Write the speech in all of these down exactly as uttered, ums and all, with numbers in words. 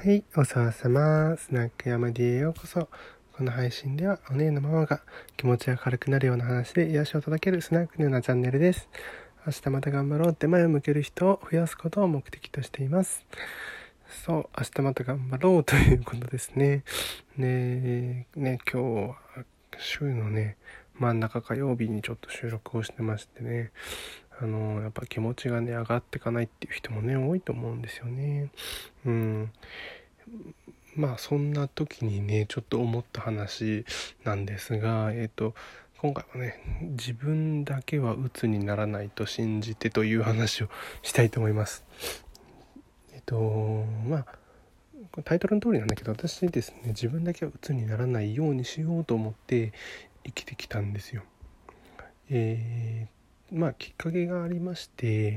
はい、おさわさま、スナック山 D へようこそ。この配信ではお姉のママが気持ちが軽くなるような話で癒しを届けるスナックのようなチャンネルです。明日また頑張ろうって前を向ける人を増やすことを目的としています。そう、明日また頑張ろうということですね。ねね、今日は週のね、真ん中火曜日にちょっと収録をしてましてね、あのやっぱ気持ちがね上がっていかないっていう人もね多いと思うんですよね。うんまあそんな時にねちょっと思った話なんですが、えっと今回はね自分だけは鬱にならないと信じてという話をしたいと思います。えっとまあタイトルの通りなんだけど、私ですね自分だけは鬱にならないようにしようと思って生きてきたんですよ。えー、まあきっかけがありまして、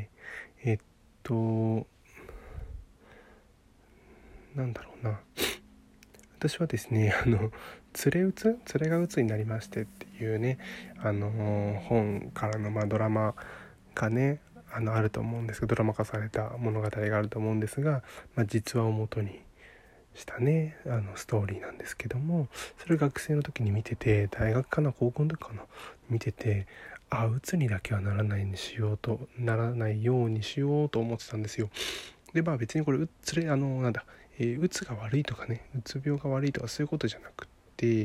えっとなんだろうな私はですねあのつれうつつれがうつになりましてっていうねあの本からのまあドラマがねあのあると思うんですけど、ドラマ化された物語があると思うんですが、まあ、実話を元にしたねあのストーリーなんですけども、それ学生の時に見てて、大学かな高校の時かな見てて、あうつにだけはならないにしようとならないようにしようと思ってたんですよ。でまあ別にこれうつれあのなんだ、えー、うつが悪いとかねうつ病が悪いとかそういうことじゃなくって、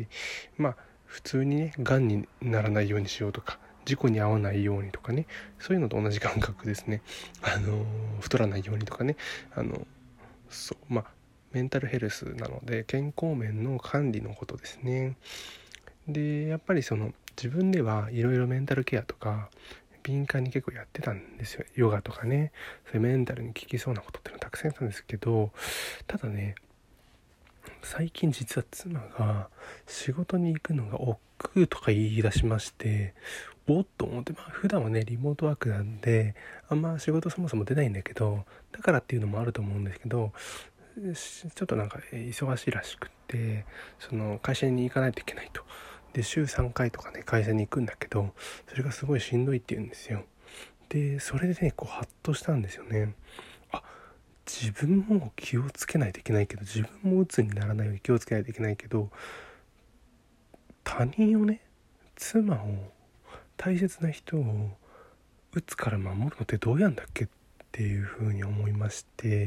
まあ普通にねがんにならないようにしようとか事故に遭わないようにとかね、そういうのと同じ感覚ですね。あのー、太らないようにとかね、あのそうまあメンタルヘルスなので健康面の管理のことですね。でやっぱりその自分ではいろいろメンタルケアとか敏感に結構やってたんですよ。ヨガとかね、そういうメンタルに効きそうなことっていうのたくさんやったんですけど、ただね最近実は妻が仕事に行くのが億劫とか言い出しまして、おっと思って、まあ普段はねリモートワークなんであんま仕事そもそも出ないんだけど、だからっていうのもあると思うんですけど、ちょっとなんか忙しいらしくって、その会社に行かないといけないと。で週さんかいとかね会社に行くんだけど、それがすごいしんどいって言うんですよ。でそれでねこうハッとしたんですよね。あ自分も気をつけないといけないけど、自分も鬱にならないように気をつけないといけないけど、他人をね妻を大切な人を鬱から守るのってどうやんだっけっていうふうに思いまして、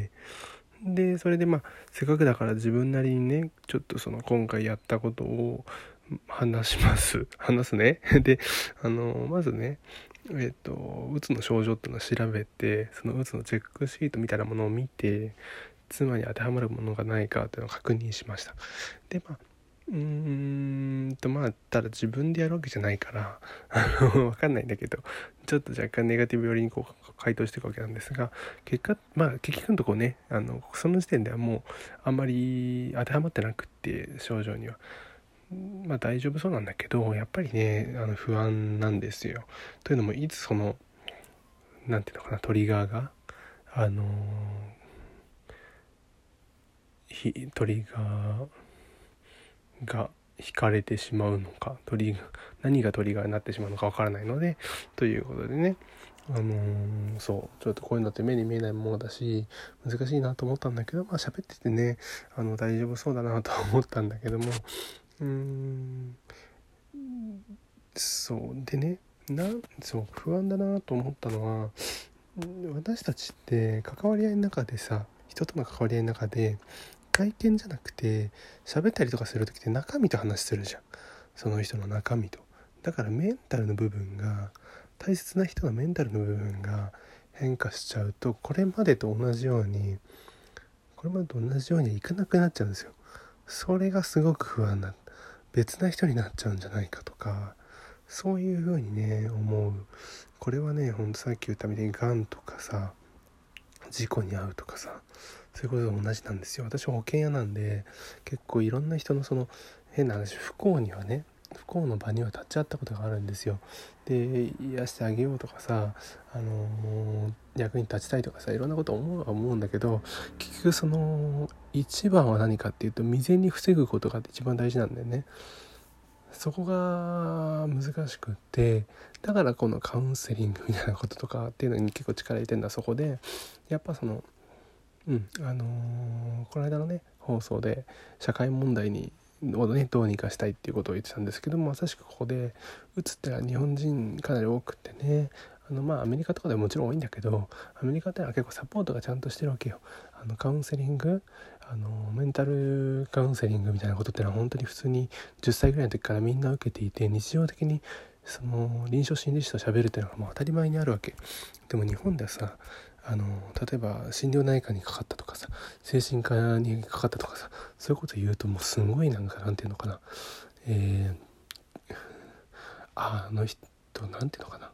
でそれでまあせっかくだから自分なりにねちょっとその今回やったことを話します話すねであのまずねえっとうつの症状っていうのを調べて、そのうつのチェックシートみたいなものを見て、妻に当てはまるものがないかというのを確認しました。でまあうーんとまあただ自分でやるわけじゃないからあの分かんないんだけど、ちょっと若干ネガティブ寄りにこう回答していくわけなんですが、結果まあ結局のところねあのその時点ではもうあんまり当てはまってなくって、症状にはまあ大丈夫そうなんだけど、やっぱりねあの不安なんですよ。というのもいつそのなんていうのかなトリガーがあのー、トリガーが引かれてしまうのか、トリガー何がトリガーになってしまうのかわからないので、ということでねあのー、そうちょっとこういうのって目に見えないものだし難しいなと思ったんだけど、まあ喋っててねあの大丈夫そうだなと思ったんだけども、うーんそうでねなそう不安だなと思ったのは、私たちって関わり合いの中でさ人との関わり合いの中で外見じゃなくて喋ったりとかする時って中身と話するじゃん、その人の中身と。だからメンタルの部分が大切な人のメンタルの部分が変化しちゃうと、これまでと同じようにこれまでと同じようにいかなくなっちゃうんですよ。それがすごく不安な、別な人になっちゃうんじゃないかとか、そういう風にね思う。これはねほんとさっき言ったみたいにがんとかさ事故に遭うとかさ、そういうことと同じなんですよ。私は保険屋なんで結構いろんな人のその変な話不幸にはね不幸の場には立ち会ったことがあるんですよ。で癒してあげようとかさ、あのー、役に立ちたいとかさいろんなこと思うは思うんだけど、結局その一番は何かっていうと未然に防ぐことが一番大事なんだよね。そこが難しくって、だからこのカウンセリングみたいなこととかっていうのに結構力入れてるのはそこで、やっぱそのうんあのー、この間のね放送で社会問題にをねどうにかしたいっていうことを言ってたんですけども、まさしくここでうつってのは日本人かなり多くってね、あのまあアメリカとかでももちろん多いんだけど、アメリカってのは結構サポートがちゃんとしてるわけよ。あのカウンセリング、あのメンタルカウンセリングみたいなことってのは本当に普通にじゅっさいぐらいの時からみんな受けていて、日常的にその臨床心理士と喋るっていうのがもう当たり前にあるわけ。でも日本ではさ、あの例えば心療内科にかかったとかさ、精神科にかかったとかさ、そういうこと言うともうすごいなんかなんていうのかな、えー、あの人なんていうのかな、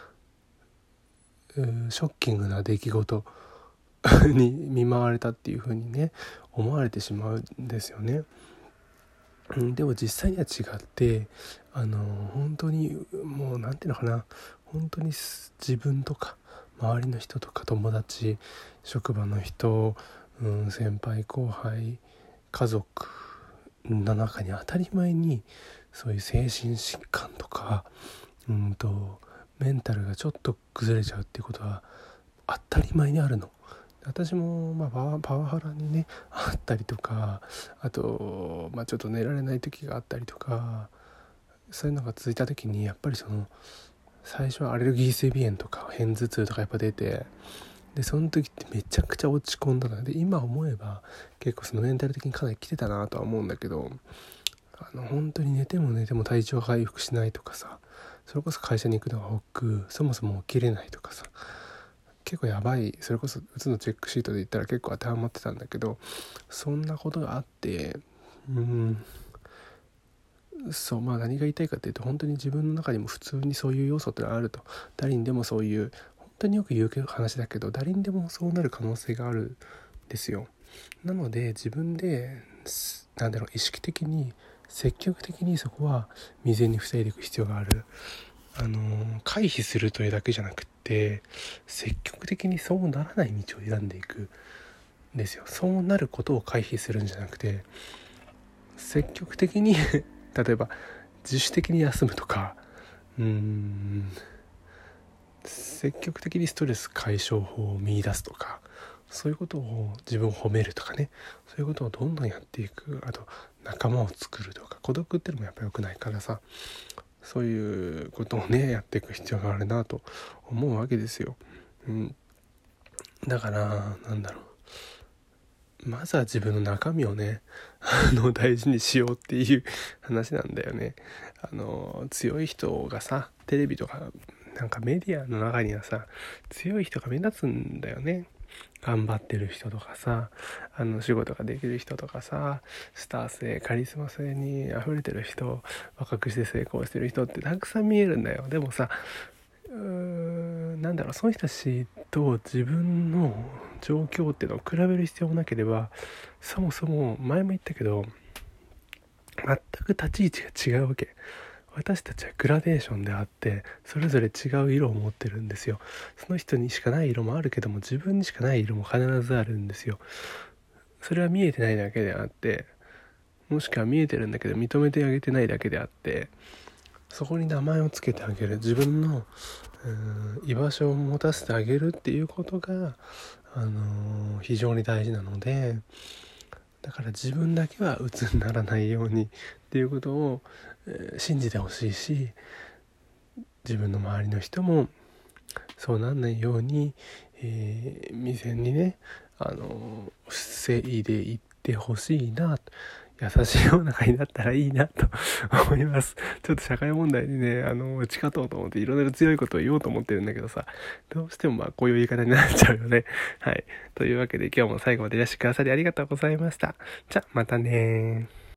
うーショッキングな出来事に見舞われたっていう風にね思われてしまうんですよね。うん、でも実際には違って、あの本当にもうなんていうのかな、本当に自分とか周りの人とか友達、職場の人、うん、先輩後輩、家族の中に当たり前にそういう精神疾患とか、うんとメンタルがちょっと崩れちゃうっていうことは当たり前にあるの。私もまあパワパワハラにねあったりとか、あと、まあ、ちょっと寝られない時があったりとか、そういうのが続いた時にやっぱりその最初はアレルギー性鼻炎とか片頭痛とかやっぱ出て、でその時ってめちゃくちゃ落ち込んだので、今思えば結構そのメンタル的にかなり来てたなとは思うんだけど、あの本当に寝ても寝ても体調回復しないとかさ、それこそ会社に行くのが億劫、そもそも起きれないとかさ、結構やばい、それこそうつのチェックシートで言ったら結構当てはまってたんだけど、そんなことがあって、うーんそうまあ何が言いたいかっていうと、本当に自分の中にも普通にそういう要素ってのがあると。誰にでもそういう、本当によく言う話だけど、誰にでもそうなる可能性があるんですよ。なので自分でなんだろう、意識的に積極的にそこは未然に防いでいく必要がある。あの回避するというだけじゃなくて、積極的にそうならない道を選んでいくんですよ。そうなることを回避するんじゃなくて、積極的に例えば自主的に休むとか、うーん積極的にストレス解消法を見出すとか、そういうことを自分を褒めるとかね、そういうことをどんどんやっていく。あと仲間を作るとか、孤独ってのもやっぱ良くないからさ、そういうことをねやっていく必要があるなと思うわけですよ。うん、だからなんだろう、まずは自分の中身をねあの大事にしようっていう話なんだよね。あの強い人がさ、テレビとかなんかメディアの中にはさ、強い人が目立つんだよね。頑張ってる人とかさ、あの仕事ができる人とかさ、スター性カリスマ性に溢れてる人、若くして成功してる人ってたくさん見えるんだよ。でもさ、うーんなんだろう、その人たちと自分の状況っていうのを比べる必要もなければ、そもそも前も言ったけど全く立ち位置が違うわけ。私たちはグラデーションであって、それぞれ違う色を持ってるんですよ。その人にしかない色もあるけども、自分にしかない色も必ずあるんですよ。それは見えてないだけであって、もしくは見えてるんだけど認めてあげてないだけであって、そこに名前をつけてあげる、自分のうん居場所を持たせてあげるっていうことが、あのー、非常に大事なので、だから自分だけは鬱にならないようにっていうことを、えー、信じてほしいし、自分の周りの人もそうなんないように、えー、未然にね、あの防いでいってほしいなと、優しい世の中になったらいいなと思います。ちょっと社会問題にね、あの打ち勝とうと思っていろいろ強いことを言おうと思ってるんだけどさ、どうしてもまあこういう言い方になっちゃうよね。はい。というわけで今日も最後までいらしてくださりありがとうございました。じゃあまたねー。